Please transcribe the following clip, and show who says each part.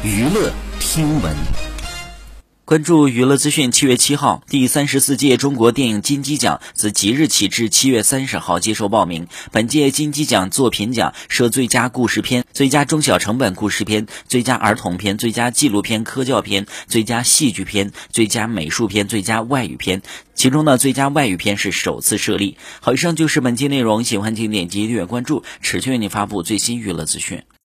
Speaker 1: 娱乐听闻。
Speaker 2: 关注娱乐资讯，7月7号，第34届中国电影金鸡奖自即日起至7月30号接受报名。本届金鸡奖作品奖设最佳故事片、最佳中小成本故事片、最佳儿童片、最佳纪录片科教片、最佳戏剧片、最佳美术片、最佳外语片。其中呢，最佳外语片是首次设立。好，以上就是本期内容，喜欢请点击订阅关注，持续为您发布最新娱乐资讯。